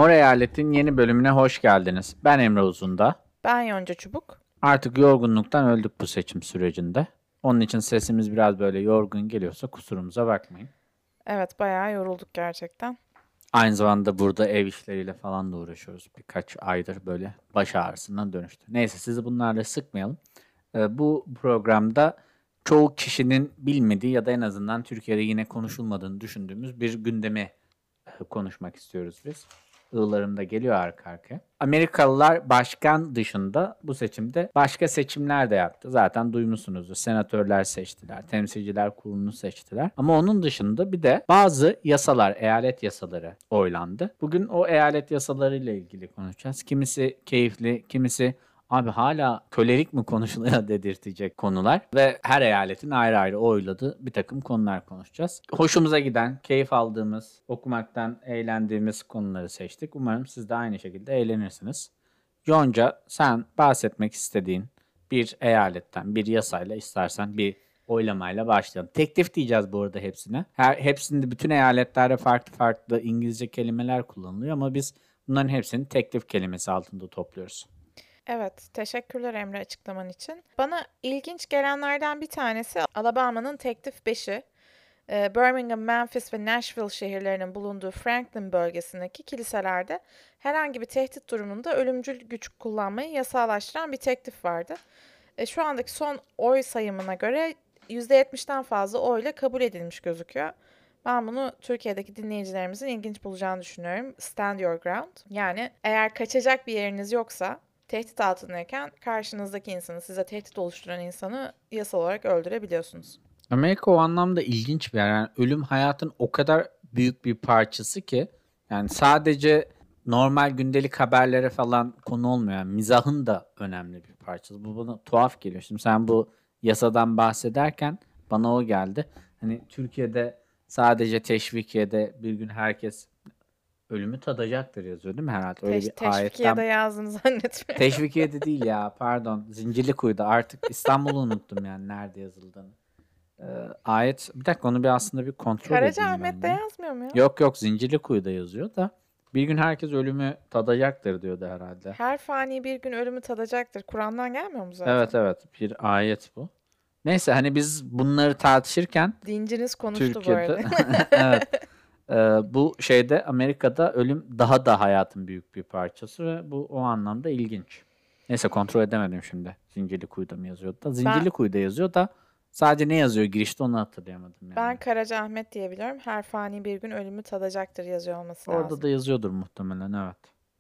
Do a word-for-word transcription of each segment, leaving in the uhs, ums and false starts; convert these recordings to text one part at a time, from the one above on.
Mor Eyalet'in yeni bölümüne hoş geldiniz. Ben Emre Uzunda. Ben Yonca Çubuk. Artık yorgunluktan öldük bu seçim sürecinde. Onun için sesimiz biraz böyle yorgun geliyorsa kusurumuza bakmayın. Evet, bayağı yorulduk gerçekten. Aynı zamanda burada ev işleriyle falan da uğraşıyoruz. Birkaç aydır böyle baş ağrısından dönüştü. Neyse sizi bunlarla sıkmayalım. Ee, bu programda çoğu kişinin bilmediği ya da en azından Türkiye'de yine konuşulmadığını düşündüğümüz bir gündemi e, konuşmak istiyoruz biz. Iğlarım da geliyor arka arkaya. Amerikalılar başkan dışında bu seçimde başka seçimler de yaptı. Zaten duymuşsunuzdur. Senatörler seçtiler, temsilciler kurulunu seçtiler. Ama onun dışında bir de bazı yasalar, eyalet yasaları oylandı. Bugün o eyalet yasalarıyla ilgili konuşacağız. Kimisi keyifli, kimisi abi hala kölelik mi konuşuluyor dedirtecek konular ve her eyaletin ayrı ayrı oyladığı bir takım konular konuşacağız. Hoşumuza giden, keyif aldığımız, okumaktan eğlendiğimiz konuları seçtik. Umarım siz de aynı şekilde eğlenirsiniz. Yonca, sen bahsetmek istediğin bir eyaletten, bir yasayla istersen bir oylamayla başlayalım. Teklif diyeceğiz bu arada hepsine. Her, hepsinde bütün eyaletlerde farklı farklı İngilizce kelimeler kullanılıyor ama biz bunların hepsini teklif kelimesi altında topluyoruz. Evet, teşekkürler Emre açıklaman için. Bana ilginç gelenlerden bir tanesi Alabama'nın teklif beşi. Ee, Birmingham, Memphis ve Nashville şehirlerinin bulunduğu Franklin bölgesindeki kiliselerde herhangi bir tehdit durumunda ölümcül güç kullanmayı yasallaştıran bir teklif vardı. E, şu andaki son oy sayımına göre yüzde yetmişten fazla oyla kabul edilmiş gözüküyor. Ben bunu Türkiye'deki dinleyicilerimizin ilginç bulacağını düşünüyorum. Stand your ground. Yani eğer kaçacak bir yeriniz yoksa, tehdit altındayken karşınızdaki insanı, size tehdit oluşturan insanı yasal olarak öldürebiliyorsunuz. Amerika o anlamda ilginç bir yer. Yani ölüm hayatın o kadar büyük bir parçası ki yani sadece normal gündelik haberlere falan konu olmuyor. Yani mizahın da önemli bir parçası. Bu bana tuhaf geliyor. Şimdi sen bu yasadan bahsederken bana o geldi. Hani Türkiye'de sadece teşvikiyede bir gün herkes ölümü tadacaktır yazıyor değil mi herhalde? Öyle Teş bir teşvikiye'de ayetten. yazdığını zannetmiyorum. Teşvikiye'de değil ya, pardon. Zincirlikuyu'da. Artık İstanbul'u unuttum yani nerede yazıldığını. Ee, ayet bir dakika onu bir aslında bir kontrol edeyim ben Karacaahmet'te ya. yazmıyor mu ya? Yok yok Zincirlikuyu'da yazıyor da bir gün herkes ölümü tadacaktır diyordu herhalde. Her fani bir gün ölümü tadacaktır. Kur'an'dan gelmiyor mu Evet zaten? evet bir ayet bu. Neyse hani biz bunları tartışırken Dinciniz konuştu bu Türkiye'de arada. evet e, bu şeyde Amerika'da ölüm daha da hayatın büyük bir parçası ve bu o anlamda ilginç. Neyse kontrol edemedim şimdi. Zincirlikuyu'da mı yazıyordu da. Ben Zincirlikuyu'da yazıyor da sadece ne yazıyor girişte onu hatırlayamadım ben yani. Karacaahmet diye biliyorum. Her fani bir gün ölümü tadacaktır yazıyor olması Orada lazım. da yazıyordur muhtemelen evet.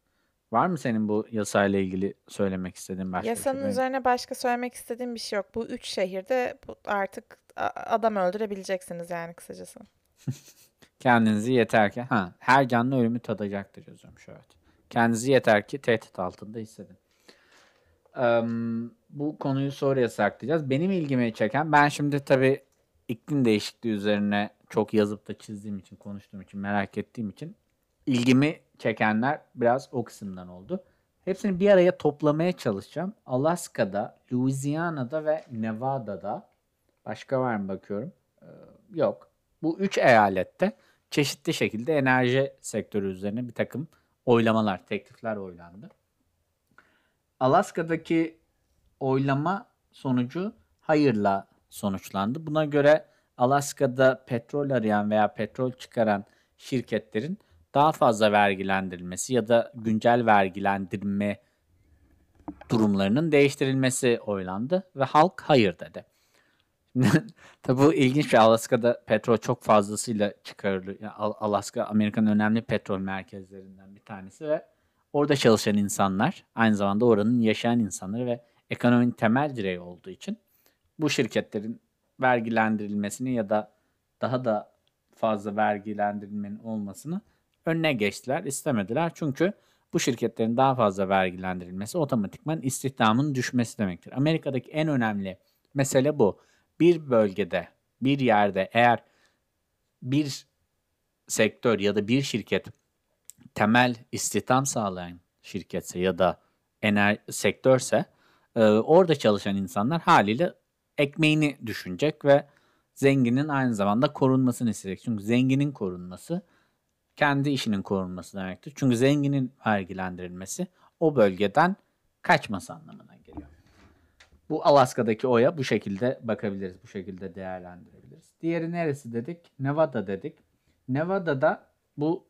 Var mı senin bu yasayla ilgili söylemek istediğin başka bir şey? Yasanın Benim. üzerine başka söylemek istediğim bir şey yok. Bu üç şehirde bu artık a- adam öldürebileceksiniz yani kısacası. Kendinizi yeter ki ha her canlı ölümü tadacaktır yazıyormuş evet. Kendinizi yeter ki tehdit altında hissedin. Eee, bu konuyu sonraya saklayacağız. Benim ilgimi çeken ben şimdi tabii iklim değişikliği üzerine çok yazıp da çizdiğim için konuştuğum için merak ettiğim için ilgimi çekenler biraz o kısımdan oldu. Hepsini bir araya toplamaya çalışacağım. Alaska'da, Louisiana'da ve Nevada'da başka var mı bakıyorum. Ee, yok. Bu üç eyalette çeşitli şekilde enerji sektörü üzerine bir takım oylamalar, teklifler oylandı. Alaska'daki oylama sonucu hayırla sonuçlandı. Buna göre Alaska'da petrol arayan veya petrol çıkaran şirketlerin daha fazla vergilendirilmesi ya da güncel vergilendirme durumlarının değiştirilmesi oylandı ve halk hayır dedi. Tabii bu ilginç bir Alaska'da petrol çok fazlasıyla çıkarılıyor. Yani Alaska Amerika'nın önemli petrol merkezlerinden bir tanesi ve orada çalışan insanlar aynı zamanda oranın yaşayan insanları ve ekonominin temel direği olduğu için bu şirketlerin vergilendirilmesini ya da daha da fazla vergilendirilmenin olmasını önüne geçtiler, istemediler. Çünkü bu şirketlerin daha fazla vergilendirilmesi otomatikman istihdamın düşmesi demektir. Amerika'daki en önemli mesele bu. Bir bölgede, bir yerde eğer bir sektör ya da bir şirket temel istihdam sağlayan şirketse ya da ener sektörse e, orada çalışan insanlar haliyle ekmeğini düşünecek ve zenginin aynı zamanda korunmasını isteyecek. Çünkü zenginin korunması kendi işinin korunması demektir. Çünkü zenginin vergilendirilmesi o bölgeden kaçması anlamına geliyor. Bu Alaska'daki oya bu şekilde bakabiliriz, bu şekilde değerlendirebiliriz. Diğeri neresi dedik? Nevada dedik. Nevada'da bu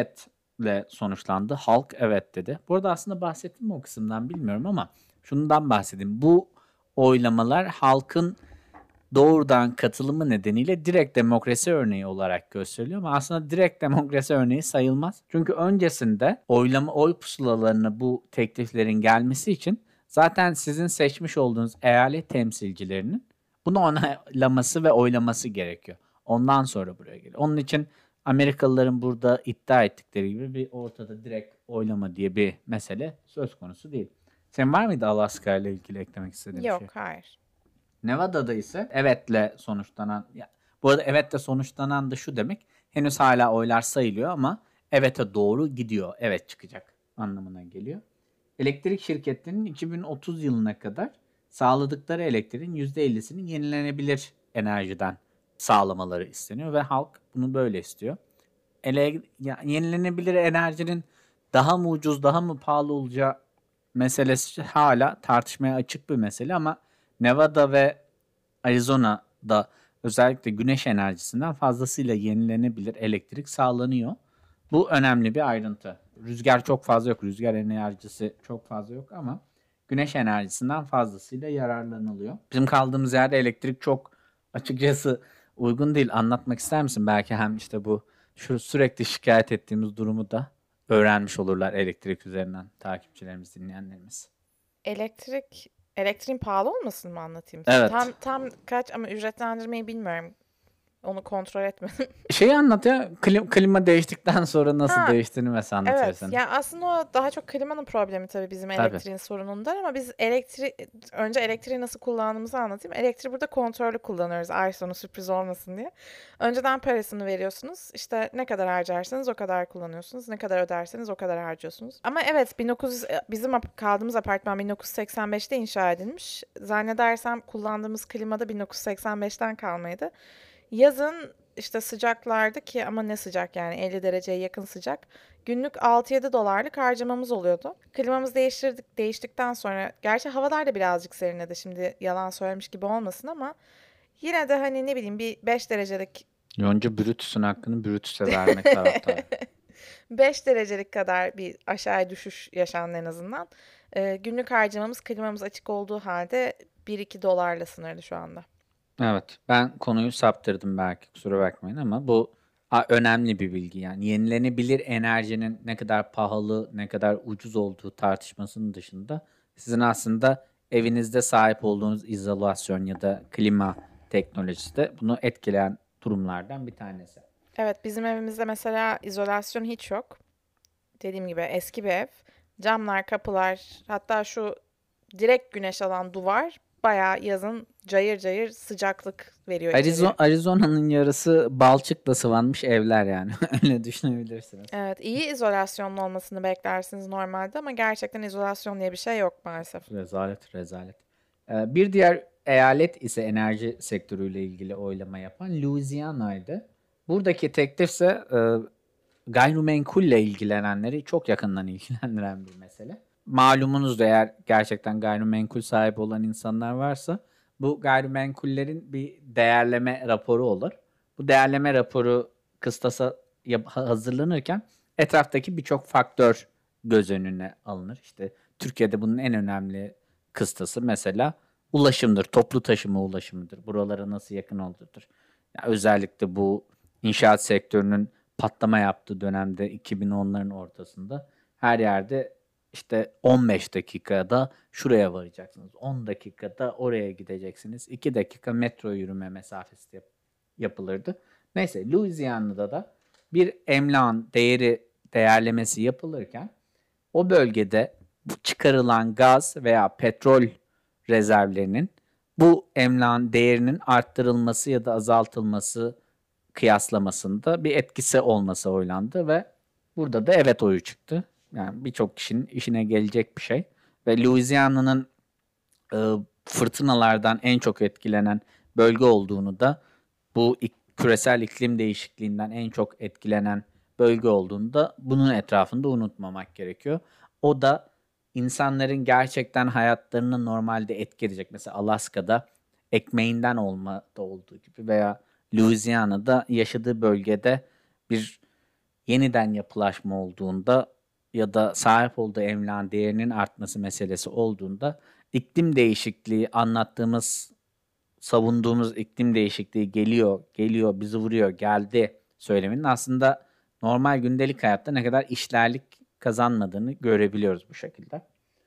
evetle sonuçlandı. Halk evet dedi. Burada aslında bahsettim mi o kısımdan bilmiyorum ama şundan bahsedeyim. Bu oylamalar halkın doğrudan katılımı nedeniyle direkt demokrasi örneği olarak gösteriliyor ama aslında direkt demokrasi örneği sayılmaz. Çünkü öncesinde oylama oy pusulalarına bu tekliflerin gelmesi için zaten sizin seçmiş olduğunuz eyalet temsilcilerinin bunu onaylaması ve oylaması gerekiyor. Ondan sonra buraya geliyor. Onun için Amerikalıların burada iddia ettikleri gibi bir ortada direkt oylama diye bir mesele söz konusu değil. Senin var mıydı Alaska ile ilgili eklemek istediğin bir Yok, şey? hayır. Nevada'da ise evetle sonuçlanan, ya, bu arada evetle sonuçlanan da şu demek, henüz hala oylar sayılıyor ama evete doğru gidiyor, evet çıkacak anlamına geliyor. Elektrik şirketlerinin iki bin otuz yılına kadar sağladıkları elektriğin yüzde ellisini yenilenebilir enerjiden sağlamaları isteniyor ve halk bunu böyle istiyor. Ele, ya, yenilenebilir enerjinin daha mı ucuz, daha mı pahalı olacağı meselesi hala tartışmaya açık bir mesele ama Nevada ve Arizona'da özellikle güneş enerjisinden fazlasıyla yenilenebilir elektrik sağlanıyor. Bu önemli bir ayrıntı. Rüzgar çok fazla yok. Rüzgar enerjisi çok fazla yok ama güneş enerjisinden fazlasıyla yararlanılıyor. Bizim kaldığımız yerde elektrik çok açıkçası uygun değil. Anlatmak ister misin? Belki hem işte bu şu sürekli şikayet ettiğimiz durumu da öğrenmiş olurlar elektrik üzerinden takipçilerimiz, dinleyenlerimiz. Elektrik, elektriğin pahalı olmasını mı anlatayım? Evet. Tam tam kaç ama ücretlendirmeyi bilmiyorum. Onu kontrol etmedim. Şeyi anlat ya, klim, klima değiştikten sonra nasıl Ha, değiştiğini mesela Evet, anlatıyorsun. ya aslında o daha çok klimanın problemi tabii bizim Tabii. elektriğin sorunundan ama biz elektri önce elektriği nasıl kullandığımızı anlatayım. Elektriği burada kontrollü kullanıyoruz ay sonu sürpriz olmasın diye. Önceden parasını veriyorsunuz. İşte ne kadar harcarsanız o kadar kullanıyorsunuz. Ne kadar öderseniz o kadar harcıyorsunuz. Ama evet bin dokuz yüz bizim ap- kaldığımız apartman bin dokuz yüz seksen beşte inşa edilmiş. Zannedersem kullandığımız klima da bin dokuz yüz seksen beşten kalmaydı. Yazın işte sıcaklardı ki ama ne sıcak yani elli dereceye yakın sıcak. Günlük altı yedi dolarlık harcamamız oluyordu. Klimamızı değiştirdik, değiştikten sonra gerçi havalar da birazcık serinledi şimdi yalan söylemiş gibi olmasın ama yine de hani ne bileyim bir beş derecelik Yonca Brutus'un hakkını Brutus'a vermek taraftarı. beş derecelik kadar bir aşağı düşüş yaşandı en azından. Ee, günlük harcamamız klimamız açık olduğu halde bir iki dolarla sınırlı şu anda. Evet, ben konuyu saptırdım belki, kusura bakmayın ama bu a, önemli bir bilgi. Yani yenilenebilir enerjinin ne kadar pahalı, ne kadar ucuz olduğu tartışmasının dışında sizin aslında evinizde sahip olduğunuz izolasyon ya da klima teknolojisi de bunu etkileyen durumlardan bir tanesi. Evet, bizim evimizde mesela izolasyon hiç yok. Dediğim gibi eski bir ev. Camlar, kapılar, hatta şu direkt güneş alan duvar bayağı yazın cayır cayır sıcaklık veriyor içeriye. Arizo- Arizona'nın yarısı balçıkla sıvanmış evler yani. Öyle düşünebilirsiniz. Evet, iyi izolasyonlu olmasını beklersiniz normalde ama gerçekten izolasyon diye bir şey yok maalesef. Rezalet, rezalet. Ee, bir diğer eyalet ise enerji sektörüyle ilgili oylama yapan Louisiana'ydı. Buradaki teklif ise e, gayrimenkulle ilgilenenleri çok yakından ilgilendiren bir mesele. Malumunuz da eğer gerçekten gayrimenkul sahibi olan insanlar varsa bu gayrimenkullerin bir değerleme raporu olur. Bu değerleme raporu kıstasa yap- hazırlanırken etraftaki birçok faktör göz önüne alınır. İşte Türkiye'de bunun en önemli kıstası mesela ulaşımdır, toplu taşıma ulaşımıdır. Buralara nasıl yakın olduğudur. Ya özellikle bu inşaat sektörünün patlama yaptığı dönemde iki bin onların ortasında her yerde işte on beş dakikada şuraya varacaksınız. on dakikada oraya gideceksiniz. iki dakika metro yürüme mesafesi yap- yapılırdı. Neyse Louisiana'da da bir emlakın değeri değerlemesi yapılırken o bölgede bu çıkarılan gaz veya petrol rezervlerinin bu emlakın değerinin arttırılması ya da azaltılması kıyaslamasında bir etkisi olması oylandı ve burada da evet oyu çıktı. Yani birçok kişinin işine gelecek bir şey. Ve Louisiana'nın e, fırtınalardan en çok etkilenen bölge olduğunu da bu ik- küresel iklim değişikliğinden en çok etkilenen bölge olduğunda bunun etrafında unutmamak gerekiyor. O da insanların gerçekten hayatlarını normalde etki edecek. Mesela Alaska'da ekmeğinden olmada olduğu gibi veya Louisiana'da yaşadığı bölgede bir yeniden yapılaşma olduğunda ya da sahip olduğu emlakın değerinin artması meselesi olduğunda iklim değişikliği anlattığımız, savunduğumuz iklim değişikliği geliyor, geliyor, bizi vuruyor, geldi söyleminin aslında normal gündelik hayatta ne kadar işlerlik kazanmadığını görebiliyoruz bu şekilde.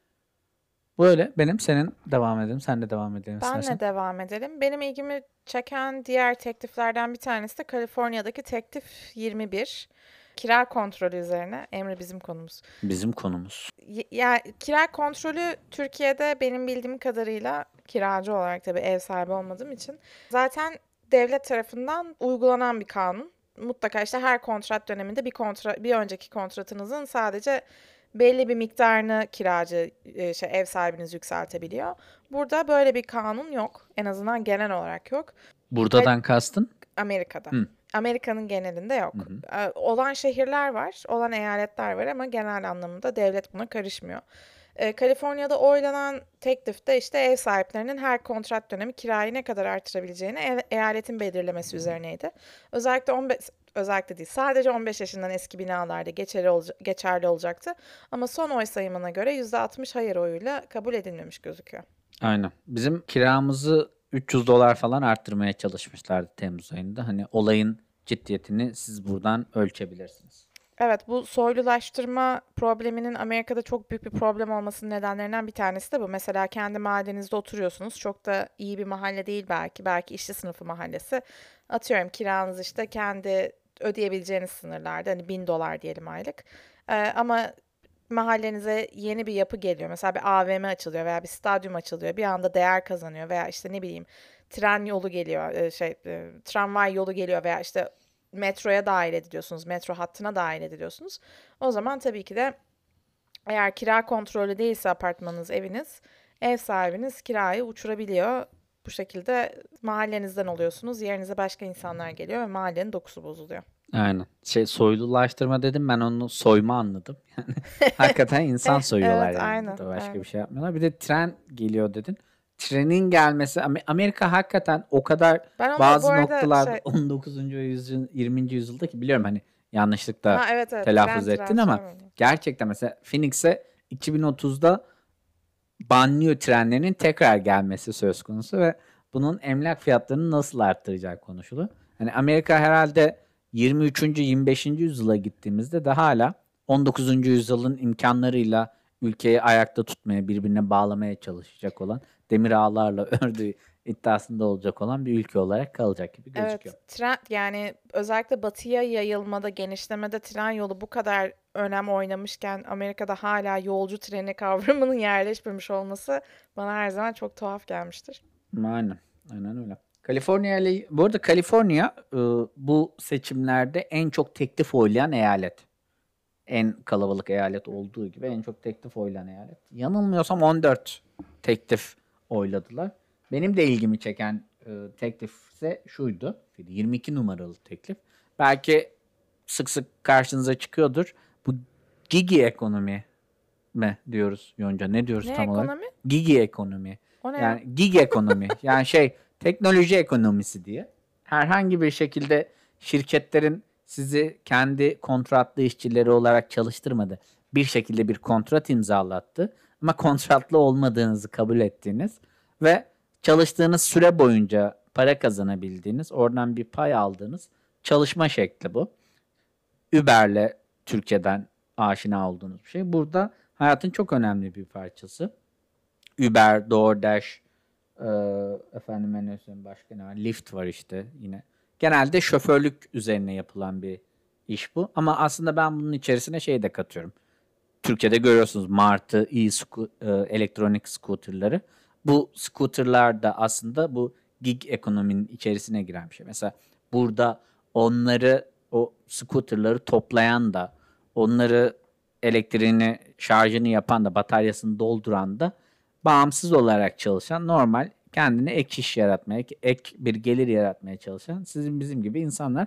Böyle benim, senin devam edelim, sen de devam edelim istersen. Benle devam edelim. Benim ilgimi çeken diğer tekliflerden bir tanesi de Kaliforniya'daki teklif yirmi bir. Kira kontrolü üzerine. Emre bizim konumuz. Bizim konumuz. Y- Ya kira kontrolü Türkiye'de benim bildiğim kadarıyla kiracı olarak tabii ev sahibi olmadığım için zaten devlet tarafından uygulanan bir kanun. Mutlaka işte her kontrat döneminde bir kontra bir önceki kontratınızın sadece belli bir miktarını kiracı e, şey ev sahibiniz yükseltebiliyor. Burada böyle bir kanun yok. En azından genel olarak yok. Buradan kastın? Amerika'da. Hı. Amerika'nın genelinde yok. Hı hı. Ee, Olan şehirler var, olan eyaletler var ama genel anlamda devlet buna karışmıyor. Ee, Kaliforniya'da oylanan teklifte işte ev sahiplerinin her kontrat dönemi kirayı ne kadar artırabileceğini e- eyaletin belirlemesi üzerineydi. Özellikle on beş özellikle değil, sadece on beş yaşından eski binalarda geçerli, olca- geçerli olacaktı. Ama son oy sayımına göre yüzde altmış hayır oyuyla kabul edilmemiş gözüküyor. Aynen. Bizim kiramızı üç yüz dolar falan arttırmaya çalışmışlardı Temmuz ayında. Hani olayın ciddiyetini siz buradan ölçebilirsiniz. Evet, bu soylulaştırma probleminin Amerika'da çok büyük bir problem olmasının nedenlerinden bir tanesi de bu. Mesela kendi mahallenizde oturuyorsunuz. Çok da iyi bir mahalle değil belki. Belki işçi sınıfı mahallesi. Atıyorum kiranız işte kendi ödeyebileceğiniz sınırlarda. Hani bin dolar diyelim aylık. Ee, ama mahallenize yeni bir yapı geliyor. Mesela bir A V M açılıyor veya bir stadyum açılıyor. Bir anda değer kazanıyor veya işte ne bileyim tren yolu geliyor, e, şey e, tramvay yolu geliyor veya işte metroya dahil ediliyorsunuz, metro hattına dahil ediliyorsunuz. O zaman tabii ki de eğer kira kontrolü değilse apartmanınız, eviniz, ev sahibiniz kirayı uçurabiliyor. Bu şekilde mahallenizden oluyorsunuz. Yerinize başka insanlar geliyor ve mahallenin dokusu bozuluyor. Aynen. Şey, soylulaştırma dedim, ben onu soyma anladım. Yani hakikaten insan Eh, soyuyorlar evet, yani. aynen, Burada başka aynen. bir şey yapmıyorlar. Bir de tren geliyor dedin. Trenin gelmesi Am- Amerika hakikaten o kadar Ben onu bu bazı arada noktalarda şey, on dokuzuncu yüzyıl, yirminci yüzyılda ki biliyorum hani yanlışlıkla ha evet evet, tren telaffuz ettin ama transfer oldu. gerçekten mesela Phoenix'e iki bin otuzda banliyö trenlerinin tekrar gelmesi söz konusu ve bunun emlak fiyatlarını nasıl arttıracağı konuşuluyor. Hani Amerika herhalde yirmi üçüncü. yirmi beşinci yüzyıla gittiğimizde de hala on dokuzuncu yüzyılın imkanlarıyla ülkeyi ayakta tutmaya, birbirine bağlamaya çalışacak olan, demir ağlarla ördüğü iddiasında olacak olan bir ülke olarak kalacak gibi gözüküyor. Evet, tren yani özellikle batıya yayılmada, genişlemede tren yolu bu kadar önem oynamışken Amerika'da hala yolcu treni kavramının yerleşmemiş olması bana her zaman çok tuhaf gelmiştir. Aynen. Aynen öyle. Kaliforniya ile, bu arada Kaliforniya e, bu seçimlerde en çok teklif oylayan eyalet. En kalabalık eyalet olduğu gibi en çok teklif oylayan eyalet. Yanılmıyorsam on dört teklif oyladılar. Benim de ilgimi çeken e, teklif ise şuydu. yirmi iki numaralı teklif. Belki sık sık karşınıza çıkıyordur. Bu gigi ekonomi mi diyoruz Yonca? Ne diyoruz Ne tam olarak? ekonomi? Gigi ekonomi. O ne ya? Yani gig ekonomi. Yani şey, teknoloji ekonomisi diye. Herhangi bir şekilde şirketlerin sizi kendi kontratlı işçileri olarak çalıştırmadı. Bir şekilde bir kontrat imzalattı. Ama kontratlı olmadığınızı kabul ettiğiniz ve çalıştığınız süre boyunca para kazanabildiğiniz, oradan bir pay aldığınız çalışma şekli bu. Uber'le Türkiye'den aşina olduğunuz bir şey. Burada hayatın çok önemli bir parçası. Uber, DoorDash, e, efendime ne söyleyeyim, başka ne var? Lyft var işte yine. Genelde şoförlük üzerine yapılan bir iş bu. Ama aslında ben bunun içerisine şey de katıyorum. Türkiye'de görüyorsunuz Martı, e elektronik scooterları. Bu scooterlar da aslında bu gig ekonominin içerisine giren bir şey. Mesela burada onları, o scooterları toplayan da, onları elektriğini, şarjını yapan da, bataryasını dolduran da bağımsız olarak çalışan, normal kendine ek iş yaratmaya, ek bir gelir yaratmaya çalışan sizin bizim gibi insanlar.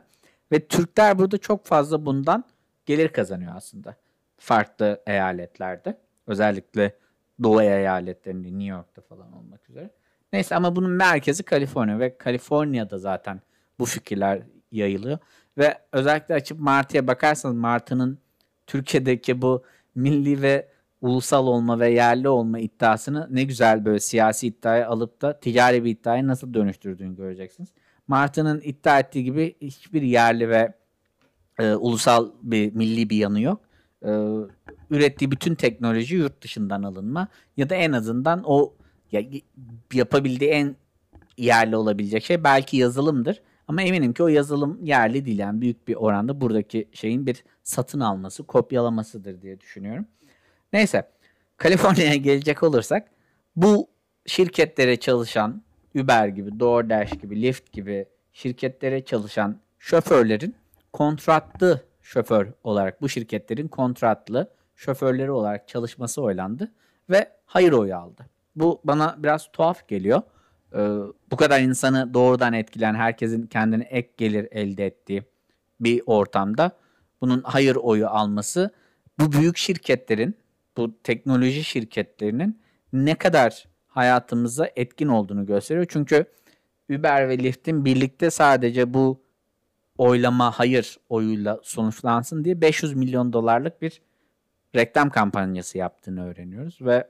Ve Türkler burada çok fazla bundan gelir kazanıyor aslında. Farklı eyaletlerde. Özellikle Doğu eyaletlerinde, New York'ta falan olmak üzere. Neyse ama bunun merkezi Kaliforniya ve Kaliforniya'da zaten bu fikirler yayılıyor. Ve özellikle açıp Martı'ya bakarsanız Martı'nın Türkiye'deki bu milli ve ulusal olma ve yerli olma iddiasını ne güzel böyle siyasi iddiaya alıp da ticari bir iddiaya nasıl dönüştürdüğünü göreceksiniz. Martı'nın iddia ettiği gibi hiçbir yerli ve e, ulusal bir milli bir yanı yok. E, ürettiği bütün teknoloji yurt dışından alınma ya da en azından o ya, yapabildiği en yerli olabilecek şey belki yazılımdır. Ama eminim ki o yazılım yerli değil. Yani büyük bir oranda buradaki şeyin bir satın alması, kopyalamasıdır diye düşünüyorum. Neyse, Kaliforniya'ya gelecek olursak bu şirketlere çalışan Uber gibi, DoorDash gibi, Lyft gibi şirketlere çalışan şoförlerin kontratlı şoför olarak bu şirketlerin kontratlı şoförleri olarak çalışması oylandı ve hayır oyu aldı. Bu bana biraz tuhaf geliyor. Ee, bu kadar insanı doğrudan etkileyen, herkesin kendine ek gelir elde ettiği bir ortamda bunun hayır oyu alması bu büyük şirketlerin, bu teknoloji şirketlerinin ne kadar hayatımıza etkin olduğunu gösteriyor. Çünkü Uber ve Lyft'in birlikte sadece bu oylama hayır oyuyla sonuçlansın diye beş yüz milyon dolarlık bir reklam kampanyası yaptığını öğreniyoruz ve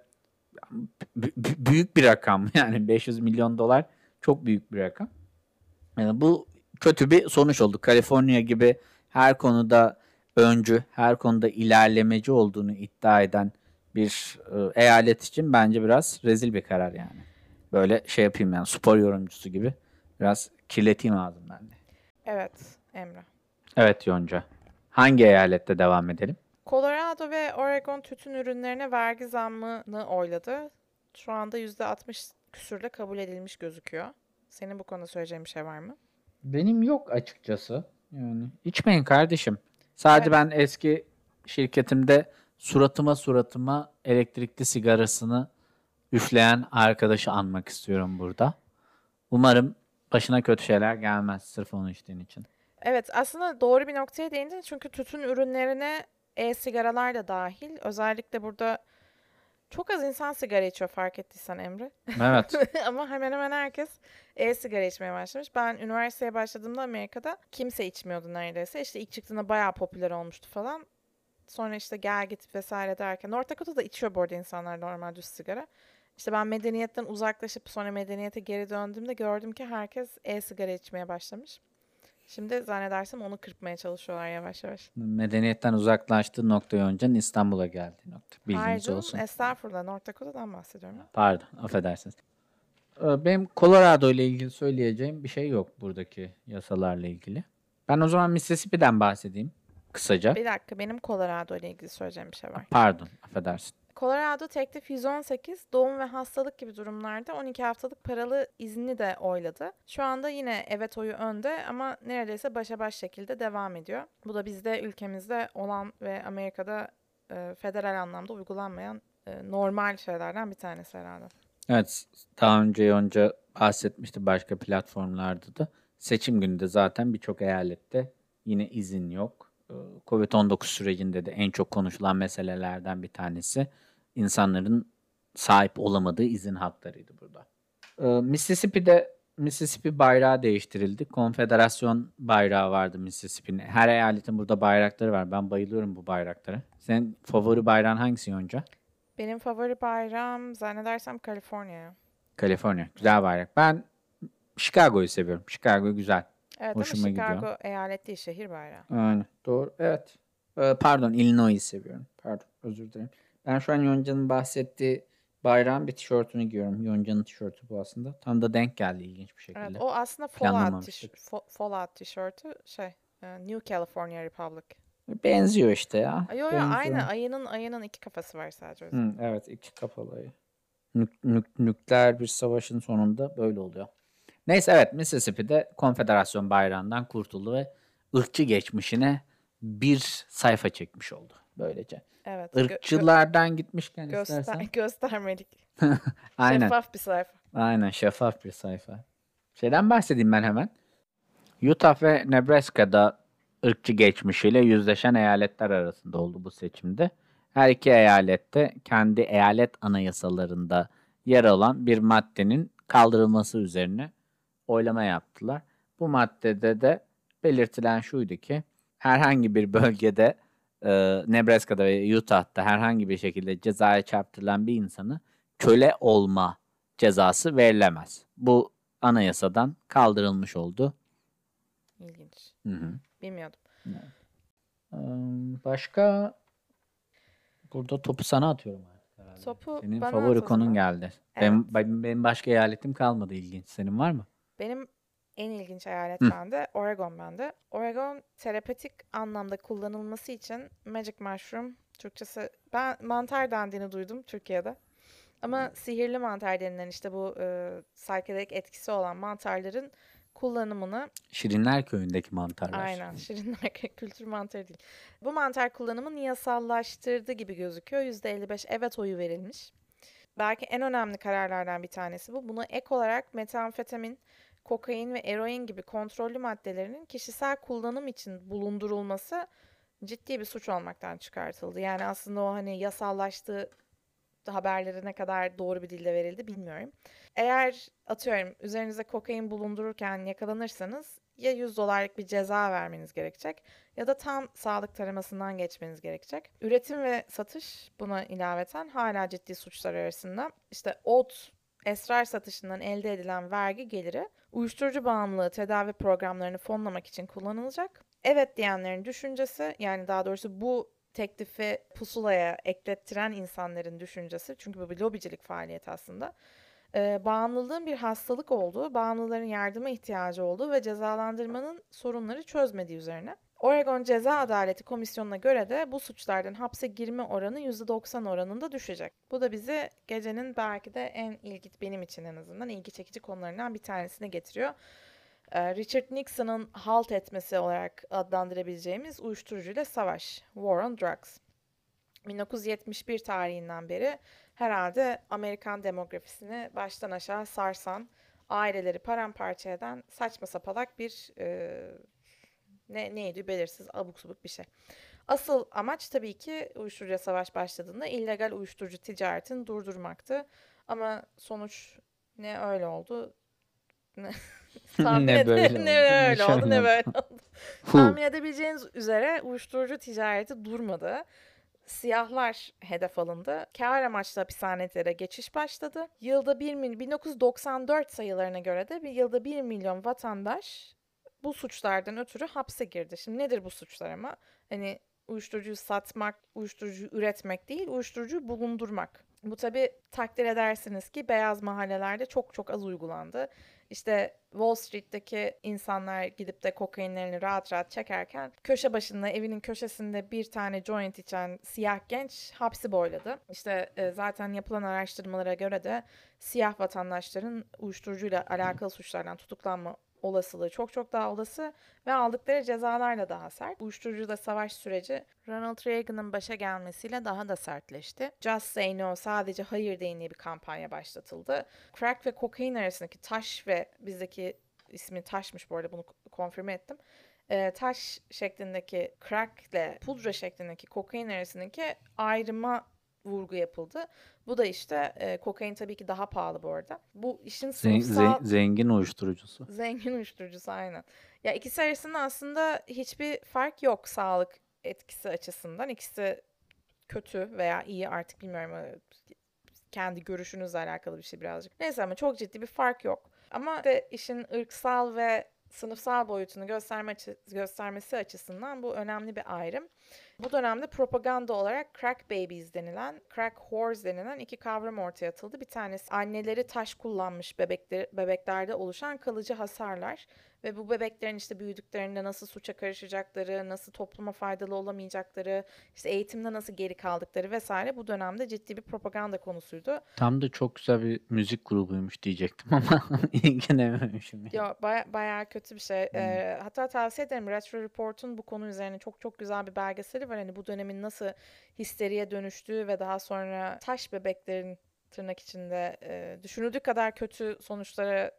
b- b- büyük bir rakam yani beş yüz milyon dolar çok büyük bir rakam. Yani bu kötü bir sonuç oldu. Kaliforniya gibi her konuda öncü, her konuda ilerlemeci olduğunu iddia eden bir e, eyalet için bence biraz rezil bir karar yani. Böyle şey yapayım yani spor yorumcusu gibi biraz kirleteyim ağzım ben de. Evet Emre. Evet Yonca. Hangi eyalette devam edelim? Colorado ve Oregon tütün ürünlerine vergi zammını oyladı. Şu anda yüzde altmış küsürle kabul edilmiş gözüküyor. Senin bu konuda söyleyeceğin bir şey var mı? Benim yok açıkçası. Yani içmeyin kardeşim. Sadece Evet. ben eski şirketimde suratıma suratıma elektrikli sigarasını üfleyen arkadaşı anmak istiyorum burada. Umarım başına kötü şeyler gelmez sırf onu içtiğin için. Evet, aslında doğru bir noktaya değindin çünkü tütün ürünlerine e-sigaralar da dahil. Özellikle burada çok az insan sigara içiyor fark ettiysen Emre. Evet. Ama hemen hemen herkes e-sigara içmeye başlamış. Ben üniversiteye başladığımda Amerika'da kimse içmiyordu neredeyse. İşte ilk çıktığında bayağı popüler olmuştu falan. Sonra işte gel git vesaire derken. North Dakota'da içiyor bu arada insanlar normal düz sigara. İşte ben medeniyetten uzaklaşıp sonra medeniyete geri döndüğümde gördüm ki herkes e-sigara içmeye başlamış. Şimdi zannedersem onu kırpmaya çalışıyorlar yavaş yavaş. Medeniyetten uzaklaştığı nokta Yonca'nın İstanbul'a geldiği nokta. Hayır Bilginiz canım, olsun. estağfurullah, North Dakota'dan bahsediyorum. Pardon, affedersiniz. Ee, Benim Colorado ile ilgili söyleyeceğim bir şey yok buradaki yasalarla ilgili. Ben o zaman Mississippi'den bahsedeyim kısaca. Bir dakika, benim Colorado ile ilgili söyleyeceğim bir şey var. Pardon, affedersin. Colorado teklif yüz on sekiz, doğum ve hastalık gibi durumlarda on iki haftalık paralı izni de oyladı. Şu anda yine evet oyu önde ama neredeyse başa baş şekilde devam ediyor. Bu da bizde ülkemizde olan ve Amerika'da e, federal anlamda uygulanmayan e, normal şeylerden bir tanesi herhalde. Evet, daha önce Yonca bahsetmişti başka platformlarda da. Seçim günü de zaten birçok eyalette yine izin yok. Ee, covid on dokuz sürecinde de en çok konuşulan meselelerden bir tanesi insanların sahip olamadığı izin haklarıydı burada. Ee, Mississippi'de Mississippi bayrağı değiştirildi. Konfederasyon bayrağı vardı Mississippi'nin. Her eyaletin burada bayrakları var. Ben bayılıyorum bu bayraklara. Senin favori bayrağın hangisi Yonca? Benim favori bayrağım zannedersem Kaliforniya. Kaliforniya. Güzel bayrak. Ben Chicago'yu seviyorum. Chicago güzel. Evet Hoşuma ama Chicago gidiyor. eyalet değil, şehir bayrağı. Aynen. Doğru. Evet. Ee, pardon. Illinois'i seviyorum. Pardon. Özür dilerim. Ben şu an Yonca'nın bahsettiği bayrağın bir tişörtünü giyiyorum. Yonca'nın tişörtü bu aslında. Tam da denk geldi ilginç bir şekilde. Evet, o aslında Fallout, Planlamamıştık. tiş- fo- Fallout tişörtü şey e, New California Republic. Benziyor işte ya. Ay, yo yo Benziyor. aynı, ayının ayının iki kafası var sadece o yüzden. Hı, evet. iki kapalı ayı. Nük- nük- nükleer bir savaşın sonunda böyle oluyor. Neyse evet Mississippi'de konfederasyon bayrağından kurtuldu ve ırkçı geçmişine bir sayfa çekmiş oldu böylece. Evet. gö- gö- Irkçılardan gitmişken göster istersen. göstermelik. Aynen. Şeffaf bir sayfa. Aynen şeffaf bir sayfa. Şeyden bahsedeyim ben hemen. Utah ve Nebraska'da ırkçı geçmişiyle yüzleşen eyaletler arasında oldu bu seçimde. Her iki eyalette kendi eyalet anayasalarında yer alan bir maddenin kaldırılması üzerine oylama yaptılar. Bu maddede de belirtilen şuydu ki herhangi bir bölgede e, Nebraska'da ve Utah'ta herhangi bir şekilde cezaya çarptırılan bir insanı köle olma cezası verilemez. Bu anayasadan kaldırılmış oldu. İlginç. Hı hı. Bilmiyordum. Ee, Başka burada topu sana atıyorum artık herhalde. Topu Senin bana favori at o konun zaman. geldi. Evet. Benim, benim, benim başka eyaletim kalmadı ilginç. Senin var mı? Benim en ilginç eyalet Hı. bende. Oregon bende. Oregon terapetik anlamda kullanılması için Magic Mushroom, Türkçesi ben mantar dendiğini duydum Türkiye'de. Ama sihirli mantar denilen işte bu e, psychedelic etkisi olan mantarların kullanımını Şirinler Köyü'ndeki mantarlar. aynen Şirinler kültür mantarı değil. Bu mantar kullanımını yasallaştırdı gibi gözüküyor. yüzde elli beş evet oyu verilmiş. Belki en önemli kararlardan bir tanesi bu. Buna ek olarak metamfetamin, kokain ve eroin gibi kontrollü maddelerinin kişisel kullanım için bulundurulması ciddi bir suç olmaktan çıkartıldı. Yani aslında o hani yasallaştığı haberleri ne kadar doğru bir dilde verildi bilmiyorum. Eğer atıyorum üzerinize kokain bulundururken yakalanırsanız ya yüz dolarlık bir ceza vermeniz gerekecek ya da tam sağlık taramasından geçmeniz gerekecek. Üretim ve satış buna ilaveten hala ciddi suçlar arasında. İşte ot, esrar satışından elde edilen vergi geliri uyuşturucu bağımlılığı tedavi programlarını fonlamak için kullanılacak. Evet diyenlerin düşüncesi, yani daha doğrusu bu teklifi pusulaya eklettiren insanların düşüncesi, çünkü bu bir lobicilik faaliyeti aslında, e, bağımlılığın bir hastalık olduğu, bağımlıların yardıma ihtiyacı olduğu ve cezalandırmanın sorunları çözmediği üzerine. Oregon Ceza Adaleti Komisyonu'na göre de bu suçlardan hapse girme oranı yüzde doksan oranında düşecek. Bu da bizi gecenin belki de en ilgi, benim için en azından ilgi çekici konularından bir tanesine getiriyor. Richard Nixon'ın halt etmesi olarak adlandırabileceğimiz uyuşturucuyla savaş, War on Drugs. bin dokuz yüz yetmiş bir tarihinden beri herhalde Amerikan demografisini baştan aşağı sarsan, aileleri paramparça eden saçma sapalak bir e, ne neydi belirsiz abuk subuk bir şey. Asıl amaç tabii ki uyuşturucuya savaş başladığında illegal uyuşturucu ticaretini durdurmaktı. Ama sonuç ne öyle oldu tahmin Ne böyle ede- oldu, ne ne öyle oldu şöyle ne oldu. böyle oldu. Tahmin edebileceğiniz üzere uyuşturucu ticareti durmadı. Siyahlar hedef alındı. Kâr amaçlı hapishanelere geçiş başladı. Yılda bir milyon, bin dokuz yüz doksan dört sayılarına göre de bir yılda bir milyon vatandaş bu suçlardan ötürü hapse girdi. Şimdi nedir bu suçlar ama? Hani uyuşturucuyu satmak, uyuşturucuyu üretmek değil, uyuşturucuyu bulundurmak. Bu tabii takdir edersiniz ki beyaz mahallelerde çok çok az uygulandı. İşte Wall Street'teki insanlar gidip de kokainlerini rahat rahat çekerken köşe başında evinin köşesinde bir tane joint içen siyah genç hapsi boyladı. İşte e, zaten yapılan araştırmalara göre de siyah vatandaşların uyuşturucuyla alakalı suçlardan tutuklanma olasılığı çok çok daha olası ve aldıkları cezalar da daha sert. Uyuşturucuyla savaş süreci Ronald Reagan'ın başa gelmesiyle daha da sertleşti. Just Say No, sadece hayır deyin diye bir kampanya başlatıldı. Crack ve kokain arasındaki taş ve bizdeki ismi taşmış bu arada, bunu konfirme ettim. E, taş şeklindeki crack ile pudra şeklindeki kokain arasındaki ayrıma vurgu yapıldı. Bu da işte e, kokain tabii ki daha pahalı bu arada. Bu işin Zen- sınıfsal... zen- zengin uyuşturucusu. Zengin uyuşturucusu aynen. Ya ikisi arasında aslında hiçbir fark yok sağlık etkisi açısından. İkisi kötü veya iyi, artık bilmiyorum. Kendi görüşünüzle alakalı bir şey birazcık. Neyse, ama çok ciddi bir fark yok. Ama de işin ırksal ve sınıfsal boyutunu gösterme açı- göstermesi açısından bu önemli bir ayrım. Bu dönemde propaganda olarak crack babies denilen, crack whores denilen iki kavram ortaya atıldı. Bir tanesi anneleri taş kullanmış bebekler, bebeklerde oluşan kalıcı hasarlar ve bu bebeklerin işte büyüdüklerinde nasıl suça karışacakları, nasıl topluma faydalı olamayacakları, işte eğitimde nasıl geri kaldıkları vesaire bu dönemde ciddi bir propaganda konusuydu. Tam da çok güzel bir müzik grubuymuş diyecektim ama ilgilenememişim yani. Ya baya, bayağı kötü bir şey. Hmm. Ee, hatta tavsiye ederim. Retro Report'un bu konu üzerine çok çok güzel bir belgeseli var. Hani bu dönemin nasıl histeriye dönüştüğü ve daha sonra taş bebeklerin tırnak içinde e, düşünüldüğü kadar kötü sonuçlara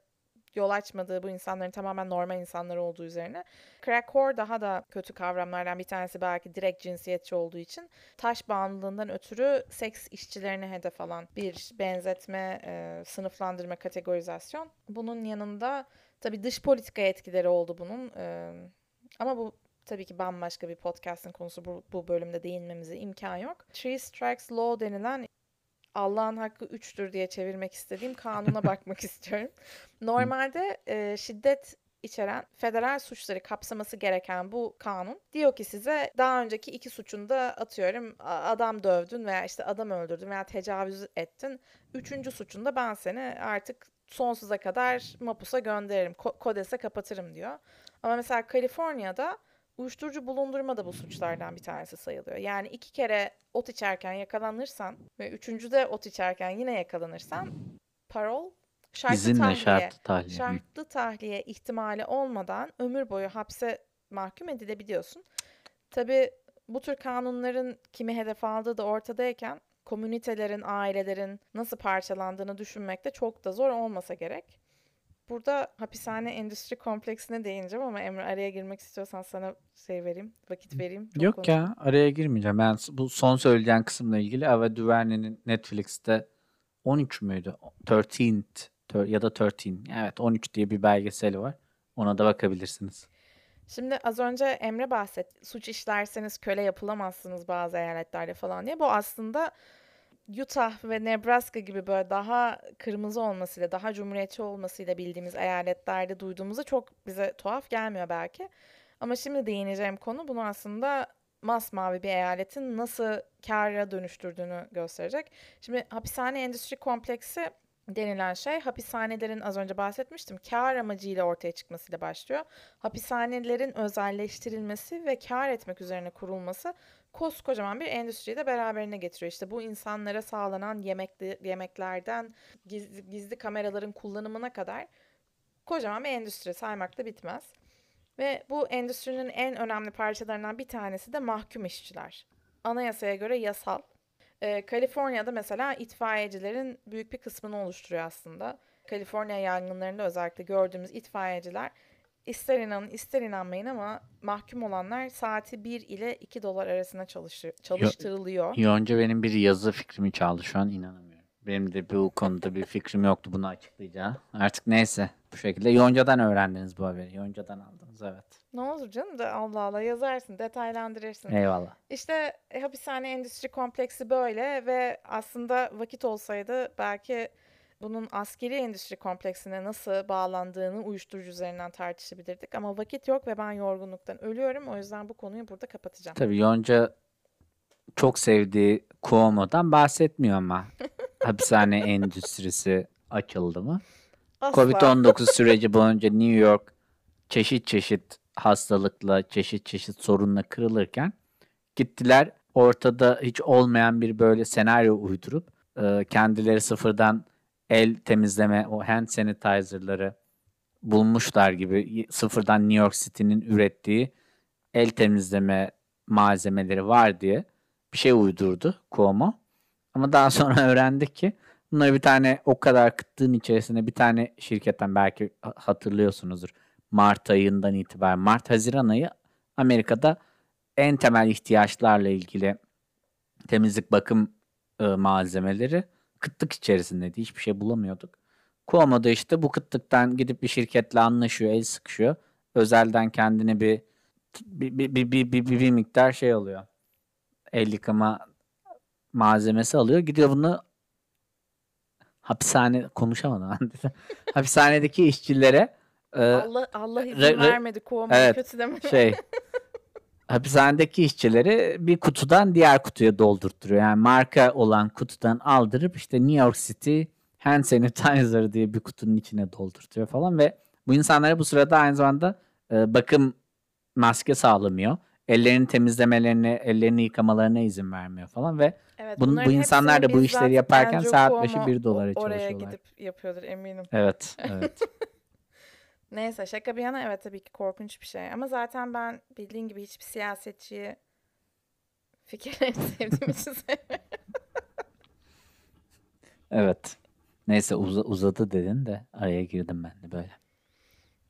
yol açmadığı, bu insanların tamamen normal insanlar olduğu üzerine. Crack whore daha da kötü kavramlardan bir tanesi, belki direkt cinsiyetçi olduğu için. Taş bağımlılığından ötürü seks işçilerine hedef alan bir benzetme, e, sınıflandırma, kategorizasyon. Bunun yanında tabii dış politika etkileri oldu bunun. E, ama bu tabii ki bambaşka bir podcast'ın konusu, bu, bu bölümde değinmemize imkan yok. Three Strikes Law denilen, Allah'ın hakkı üçtür diye çevirmek istediğim kanuna bakmak istiyorum. Normalde e, şiddet içeren federal suçları kapsaması gereken bu kanun diyor ki size, daha önceki iki suçunda atıyorum adam dövdün veya işte adam öldürdün veya tecavüz ettin. Üçüncü suçunda ben seni artık sonsuza kadar mapusa gönderirim, ko- kodese kapatırım diyor. Ama mesela Kaliforniya'da uyuşturucu bulundurma da bu suçlardan bir tanesi sayılıyor. Yani iki kere ot içerken yakalanırsan ve üçüncüde ot içerken yine yakalanırsan parol, şartlı İzinle tahliye, şartlı tahliye. şartlı tahliye ihtimali olmadan ömür boyu hapse mahkum edilebiliyorsun. Tabii bu tür kanunların kimi hedef aldığı da ortadayken komünitelerin, ailelerin nasıl parçalandığını düşünmek de çok da zor olmasa gerek. Burada hapishane endüstri kompleksine değineceğim ama Emre, araya girmek istiyorsan sana şey vereyim, vakit vereyim. Çok Yok konuştum. ya, araya girmeyeceğim. Ben s- bu son söyleyeceğin kısımla ilgili Ava DuVernay'nin Netflix'te on üç müydü? on üç tör- ya da on üç. Evet, on üç diye bir belgeseli var. Ona da bakabilirsiniz. Şimdi az önce Emre bahsetti. Suç işlerseniz köle yapılamazsınız bazı eyaletlerde falan diye. Bu aslında Utah ve Nebraska gibi böyle daha kırmızı olmasıyla, daha cumhuriyetçi olmasıyla bildiğimiz eyaletlerde duyduğumuzda çok bize tuhaf gelmiyor belki. Ama şimdi değineceğim konu bunu aslında masmavi bir eyaletin nasıl kâra dönüştürdüğünü gösterecek. Şimdi hapishane endüstri kompleksi denilen şey, hapishanelerin, az önce bahsetmiştim, kâr amacıyla ortaya çıkmasıyla başlıyor. Hapishanelerin özelleştirilmesi ve kâr etmek üzerine kurulması koskocaman bir endüstriyi de beraberine getiriyor. İşte bu insanlara sağlanan yemekli, yemeklerden gizli, gizli kameraların kullanımına kadar kocaman bir endüstri, saymakla bitmez. Ve bu endüstrinin en önemli parçalarından bir tanesi de mahkum işçiler. Anayasaya göre yasal. Ee, Kaliforniya'da mesela itfaiyecilerin büyük bir kısmını oluşturuyor aslında. Kaliforniya yangınlarında özellikle gördüğümüz itfaiyeciler, ister inanın ister inanmayın ama mahkum olanlar saati bir ile iki dolar arasında çalışır, Yo- çalıştırılıyor. Yonca benim bir yazı fikrimi çaldı, şu an inanamıyorum. Benim de bu konuda bir fikrim yoktu bunu açıklayacağı. Artık neyse, bu şekilde. Yonca'dan öğrendiniz bu haberi. Yonca'dan aldınız, evet. Ne olur canım, da Allah Allah yazarsın, detaylandırırsın. Eyvallah. İşte e, hapishane endüstri kompleksi böyle ve aslında vakit olsaydı belki bunun askeri endüstri kompleksine nasıl bağlandığını uyuşturucu üzerinden tartışabilirdik. Ama vakit yok ve ben yorgunluktan ölüyorum. O yüzden bu konuyu burada kapatacağım. Tabii Yonca çok sevdiği Cuomo'dan bahsetmiyor ama hapishane endüstrisi açıldı mı? Asla. covid on dokuz süreci boyunca New York çeşit çeşit hastalıkla, çeşit çeşit sorunla kırılırken gittiler, ortada hiç olmayan bir böyle senaryo uydurup e, kendileri sıfırdan el temizleme, o hand sanitizer'ları bulmuşlar gibi, sıfırdan New York City'nin ürettiği el temizleme malzemeleri var diye bir şey uydurdu Cuomo. Ama daha sonra öğrendik ki bunları bir tane, o kadar kıtlığın içerisinde bir tane şirketten, belki hatırlıyorsunuzdur, Mart ayından itibaren, Mart-Haziran ayı Amerika'da en temel ihtiyaçlarla ilgili temizlik bakım e, malzemeleri kıtlık içerisindeydi. Hiçbir şey bulamıyorduk. Cuomo da işte bu kıtlıktan gidip bir şirketle anlaşıyor, el sıkışıyor. Özelden kendine bir bir, bir, bir, bir, bir, bir, bir miktar şey alıyor. El yıkama malzemesi alıyor. Gidiyor bunu hapishane, konuşamadım ben de. Hapishanedeki işçilere e, Allah Allah izin re- re- vermedi Cuomo'yu evet, kötü deme. şey hapishanedeki işçileri bir kutudan diğer kutuya doldurtturuyor. Yani marka olan kutudan aldırıp işte New York City Hand Sanitizer diye bir kutunun içine doldurtuyor falan ve bu insanlara bu sırada aynı zamanda e, bakım maske sağlamıyor. Ellerini temizlemelerine, ellerini yıkamalarına izin vermiyor falan ve Evet, bu, bu bunların insanlar hepsini da bu işleri bizzat yaparken Andrew saat başı Cuomo bir o- dolara oraya çalışıyorlar. gidip yapıyordur eminim. Evet, evet. Neyse, şaka bir yana, evet tabii ki korkunç bir şey. Ama zaten ben bildiğin gibi hiçbir siyasetçiyi fikirlerini sevdiğim için sevmiyorum. Evet. Neyse, uza- uzadı dedin de araya girdim ben de böyle.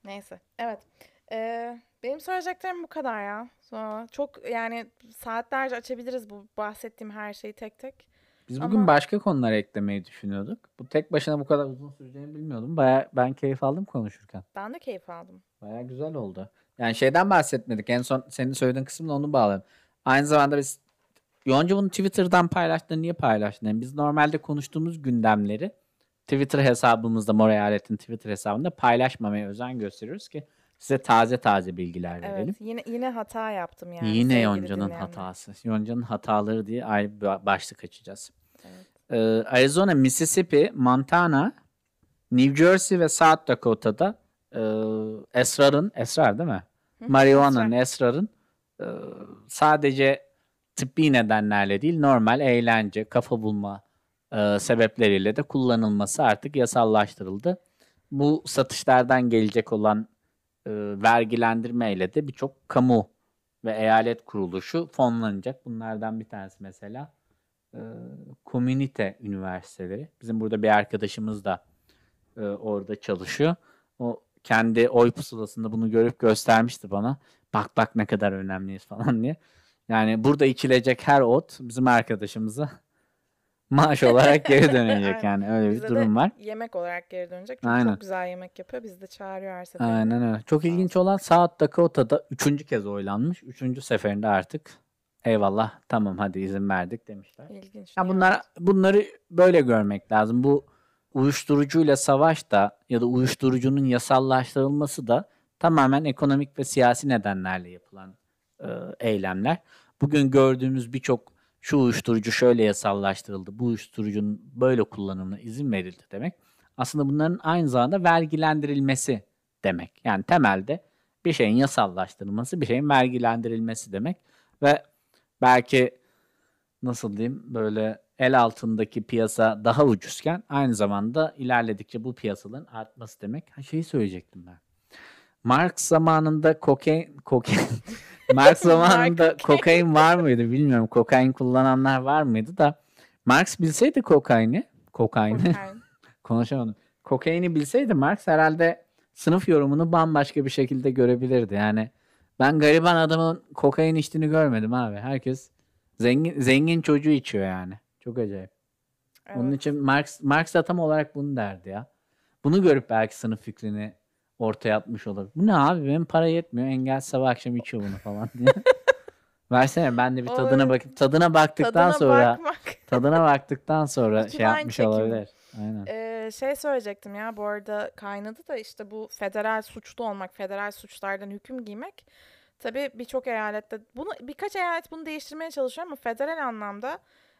Neyse. Evet. Ee, benim söyleyeceklerim bu kadar ya. Sonra çok yani saatlerce açabiliriz bu bahsettiğim her şeyi tek tek. Biz bugün Ama başka konular eklemeyi düşünüyorduk. Bu tek başına bu kadar uzun süreceğini bilmiyordum. Baya ben keyif aldım konuşurken. ben de keyif aldım. Baya güzel oldu. Yani şeyden bahsetmedik. En son senin söylediğin kısımla onu bağladım. Aynı zamanda biz Yonca bunu Twitter'dan paylaştığını niye paylaştın? Yani biz normalde konuştuğumuz gündemleri Twitter hesabımızda, Mor Eyalet'in Twitter hesabında paylaşmamaya özen gösteriyoruz ki size taze taze bilgiler Evet. verelim. Yine yine hata yaptım yani Yine sevgili Yonca'nın dinleyenler. hatası. Yonca'nın hataları diye ayrı bir başlık açacağız. Evet. Ee, Arizona, Mississippi, Montana, New Jersey ve South Dakota'da e, esrarın, esrar değil mi? Hı, Marihuana'nın, esrar. esrarın e, sadece tıbbi nedenlerle değil, normal eğlence, kafa bulma e, sebepleriyle de kullanılması artık yasallaştırıldı. Bu satışlardan gelecek olan e, vergilendirmeyle de birçok kamu ve eyalet kuruluşu fonlanacak. Bunlardan bir tanesi mesela e, komünite üniversiteleri. Bizim burada bir arkadaşımız da e, orada çalışıyor. O kendi oy pusulasında bunu görüp göstermişti bana. Bak bak ne kadar önemliyiz falan diye. Yani burada içilecek her ot bizim arkadaşımıza maaş olarak geri dönecek, Aynen. yani öyle bir Bize de durum var. yemek olarak geri dönecek. Çünkü Aynen. çok güzel yemek yapıyor. Bizi de çağırıyor her seferinde. Aynen öyle. Çok Sağ ilginç olsun. olan South Dakota'da üçüncü kez oylanmış. Üçüncü seferinde artık eyvallah tamam hadi izin verdik demişler. İlginç. Ya nihayet. bunlar bunları böyle görmek lazım. Bu uyuşturucuyla savaş da ya da uyuşturucunun yasallaştırılması da tamamen ekonomik ve siyasi nedenlerle yapılan e, eylemler. Bugün gördüğümüz birçok şu uyuşturucu şöyle yasallaştırıldı, bu uyuşturucunun böyle kullanımına izin verildi demek. Aslında bunların aynı zamanda vergilendirilmesi demek. Yani temelde bir şeyin yasallaştırılması, bir şeyin vergilendirilmesi demek ve belki nasıl diyeyim böyle el altındaki piyasa daha ucuzken aynı zamanda ilerledikçe bu piyasaların artması demek. Ha şeyi söyleyecektim ben. Marx zamanında kokain kokain Marx zamanında Mark Kokain. kokain var mıydı bilmiyorum. Kokain kullananlar var mıydı da Marx bilseydi kokaini, kokaini Kokain. konuşamadım. Kokaini bilseydi Marx herhalde sınıf yorumunu bambaşka bir şekilde görebilirdi. Yani ben gariban adamın kokain içtiğini görmedim abi. Herkes zengin zengin çocuğu içiyor yani. Çok acayip. Onun Evet. için Marx Marx da tam olarak bunu derdi ya. Bunu görüp belki sınıf fikrini ortaya atmış olabilir. Bu ne abi, benim para yetmiyor. Engel sabah akşam içiyor bunu falan diye. Versene ben de bir tadına Olabilir. bakayım. Tadına baktıktan Tadına sonra bakmak. tadına baktıktan sonra İki şey line yapmış çekim. olabilir. Aynen. Ee, şey söyleyecektim ya bu arada kaynadı da işte bu federal suçlu olmak, federal suçlardan hüküm giymek. Tabii birçok eyalette bunu birkaç eyalet bunu değiştirmeye çalışıyor ama federal anlamda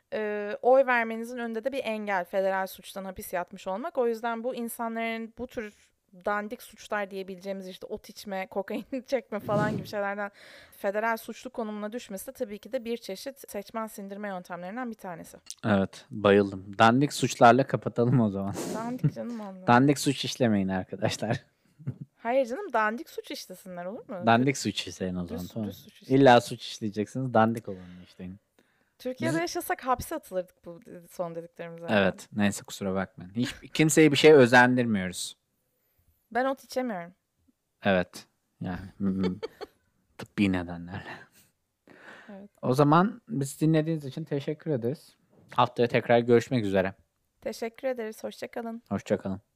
e, oy vermenizin önünde de bir engel federal suçtan hapis yatmış olmak. O yüzden bu insanların bu tür dandik suçlar diyebileceğimiz işte ot içme, kokain çekme falan gibi şeylerden federal suçlu konumuna düşmesi de tabii ki de bir çeşit seçmen sindirme yöntemlerinden bir tanesi. Evet, bayıldım. Dandik suçlarla kapatalım o zaman. Dandik canım Allah. Dandik suç işlemeyin arkadaşlar. Hayır canım dandik suç işlesinler olur mu? Dandik suç işleyin o zaman, Düz, tamam. düz suç işleyin. İlla suç işleyeceksiniz, dandik olanı işleyin. Türkiye'de Biz- yaşasak hapse atılırdık bu son dediklerimize. Evet, neyse kusura bakmayın. Hiç kimseye bir şey özendirmiyoruz. Ben ot içemiyorum. Evet, yani hmm, tıbbi nedenlerle. Evet. O zaman biz dinlediğiniz için teşekkür ederiz. Haftaya tekrar görüşmek üzere. Teşekkür ederiz. Hoşça kalın. Hoşça kalın.